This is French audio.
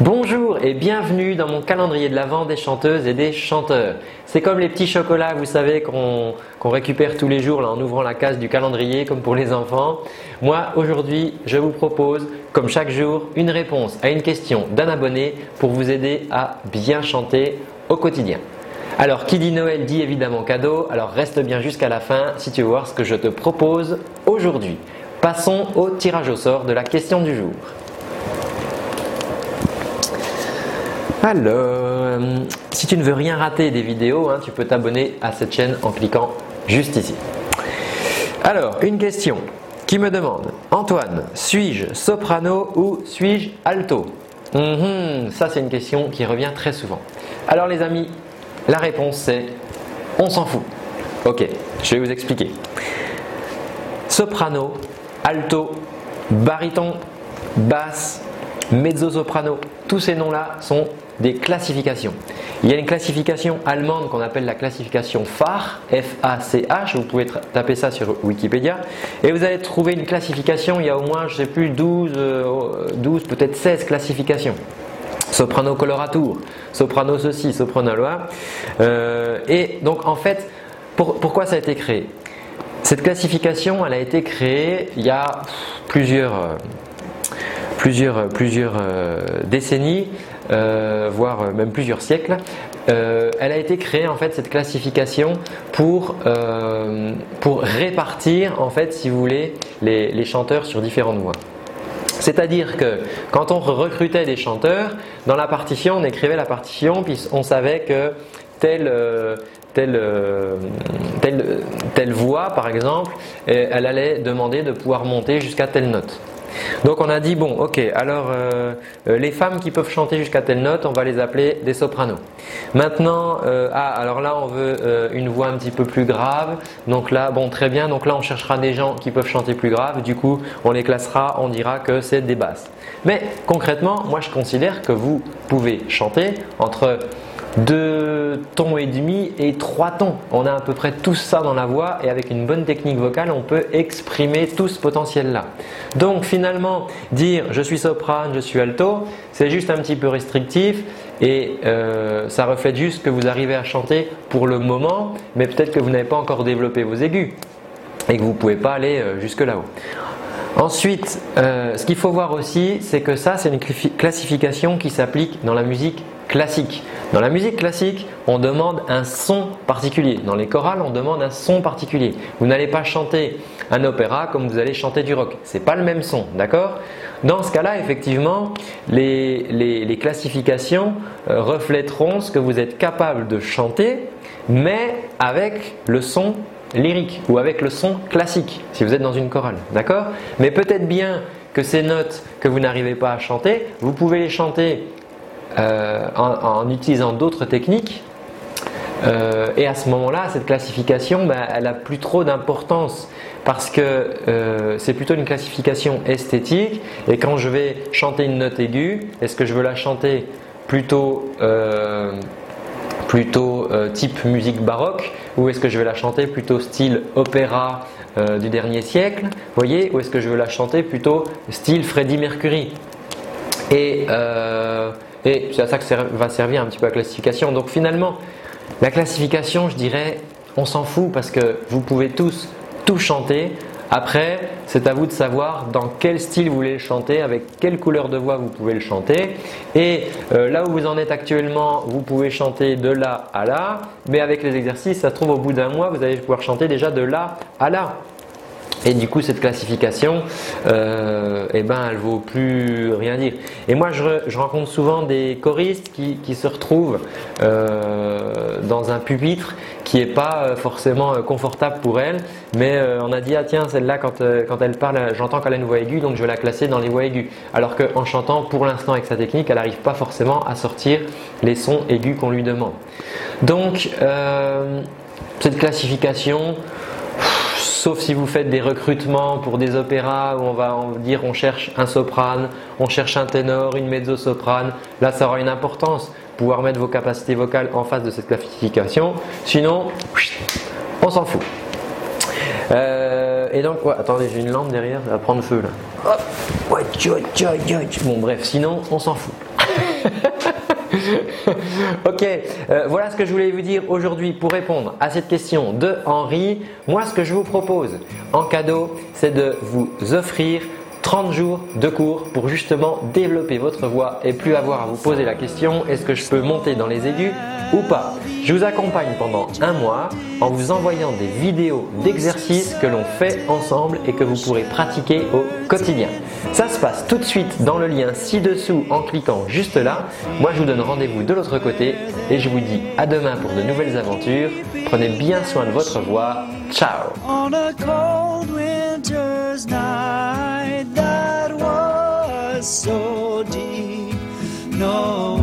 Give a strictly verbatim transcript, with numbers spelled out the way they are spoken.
Bonjour et bienvenue dans mon calendrier de l'Avent des chanteuses et des chanteurs. C'est comme les petits chocolats, vous savez, qu'on qu'on récupère tous les jours là, en ouvrant la case du calendrier, comme pour les enfants. Moi, aujourd'hui, je vous propose, comme chaque jour, une réponse à une question d'un abonné pour vous aider à bien chanter au quotidien. Alors, qui dit Noël dit évidemment cadeau, alors reste bien jusqu'à la fin si tu veux voir ce que je te propose aujourd'hui. Passons au tirage au sort de la question du jour. Alors, euh, si tu ne veux rien rater des vidéos, hein, tu peux t'abonner à cette chaîne en cliquant juste ici. Alors, une question qui me demande: Antoine, suis-je soprano ou suis-je alto? Mmh, Ça, c'est une question qui revient très souvent. Alors les amis, la réponse c'est on s'en fout. Ok, je vais vous expliquer. Soprano, alto, baryton, basse, mezzo-soprano, tous ces noms-là sont des classifications. Il y a une classification allemande qu'on appelle la classification F A C H, F A C H, vous pouvez taper ça sur Wikipédia et vous allez trouver une classification, il y a au moins, je ne sais plus, douze, douze peut-être seize classifications. Soprano coloratura, soprano ceci, soprano là. Euh, et donc en fait, pour, pourquoi ça a été créé? Cette classification, elle a été créée il y a plusieurs, euh, plusieurs, plusieurs euh, décennies, euh, voire même plusieurs siècles. Euh, elle a été créée en fait cette classification pour, euh, pour répartir en fait, si vous voulez, les, les chanteurs sur différentes voix. C'est-à-dire que quand on recrutait des chanteurs, dans la partition, on écrivait la partition, puis on savait que telle, euh, telle, euh, telle, telle voix, par exemple, elle allait demander de pouvoir monter jusqu'à telle note. Donc on a dit bon, ok, alors euh, les femmes qui peuvent chanter jusqu'à telle note, on va les appeler des sopranos. Maintenant, euh, ah, alors là on veut euh, une voix un petit peu plus grave. Donc là, bon, très bien. Donc là on cherchera des gens qui peuvent chanter plus grave. Du coup, on les classera, on dira que c'est des basses. Mais concrètement, moi je considère que vous pouvez chanter entre deux tons et demi et trois tons. On a à peu près tout ça dans la voix et avec une bonne technique vocale, on peut exprimer tout ce potentiel-là. Donc finalement, dire je suis soprane, je suis alto, c'est juste un petit peu restrictif et euh, ça reflète juste que vous arrivez à chanter pour le moment, mais peut-être que vous n'avez pas encore développé vos aigus et que vous ne pouvez pas aller euh, jusque là-haut. Ensuite, euh, ce qu'il faut voir aussi, c'est que ça, c'est une classification qui s'applique dans la musique classique. Dans la musique classique, on demande un son particulier. Dans les chorales, on demande un son particulier. Vous n'allez pas chanter un opéra comme vous allez chanter du rock. Ce n'est pas le même son, d'accord? Dans ce cas-là, effectivement, les, les, les classifications euh, reflèteront ce que vous êtes capable de chanter, mais avec le son lyrique ou avec le son classique, si vous êtes dans une chorale, d'accord? Mais peut-être bien que ces notes que vous n'arrivez pas à chanter, vous pouvez les chanter euh, en, en utilisant d'autres techniques euh, et à ce moment-là, cette classification, ben, elle n'a plus trop d'importance parce que euh, c'est plutôt une classification esthétique et quand je vais chanter une note aiguë, est-ce que je veux la chanter plutôt euh, plutôt euh, type musique baroque ou est-ce que je vais la chanter plutôt style opéra euh, du dernier siècle, voyez, ou est-ce que je veux la chanter plutôt style Freddie Mercury et, euh, et c'est à ça que ça va servir un petit peu la classification. Donc finalement, la classification, je dirais, on s'en fout parce que vous pouvez tous tout chanter. Après, c'est à vous de savoir dans quel style vous voulez le chanter, avec quelle couleur de voix vous pouvez le chanter. Et euh, là où vous en êtes actuellement, vous pouvez chanter de là à là. Mais avec les exercices, ça se trouve au bout d'un mois, vous allez pouvoir chanter déjà de là à là. Et du coup, cette classification, euh, eh ben, elle vaut plus rien dire. Et moi, je, je rencontre souvent des choristes qui, qui se retrouvent euh, dans un pupitre qui n'est pas forcément confortable pour elles. Mais euh, on a dit, ah tiens, celle-là, quand, euh, quand elle parle, j'entends qu'elle a une voix aiguë, donc je vais la classer dans les voix aiguës. Alors qu'en chantant, pour l'instant, avec sa technique, elle n'arrive pas forcément à sortir les sons aigus qu'on lui demande. Donc, euh, cette classification, sauf si vous faites des recrutements pour des opéras où on va dire on cherche un soprane, on cherche un ténor, une mezzo-soprane. Là, ça aura une importance, pouvoir mettre vos capacités vocales en face de cette classification. Sinon, on s'en fout. Euh, et donc, ouais, attendez, j'ai une lampe derrière, ça va prendre feu là. Hop, ouais, tchou, tchou, tchou. Bon, bref, sinon, on s'en fout. Ok, euh, voilà ce que je voulais vous dire aujourd'hui pour répondre à cette question de Henri. Moi, ce que je vous propose en cadeau, c'est de vous offrir trente jours de cours pour justement développer votre voix et plus avoir à vous poser la question est-ce que je peux monter dans les aigus ou pas. Je vous accompagne pendant un mois en vous envoyant des vidéos d'exercices que l'on fait ensemble et que vous pourrez pratiquer au quotidien. Ça se passe tout de suite dans le lien ci-dessous en cliquant juste là. Moi, je vous donne rendez-vous de l'autre côté et je vous dis à demain pour de nouvelles aventures. Prenez bien soin de votre voix. Ciao! On a cold winter's night that was so deep, no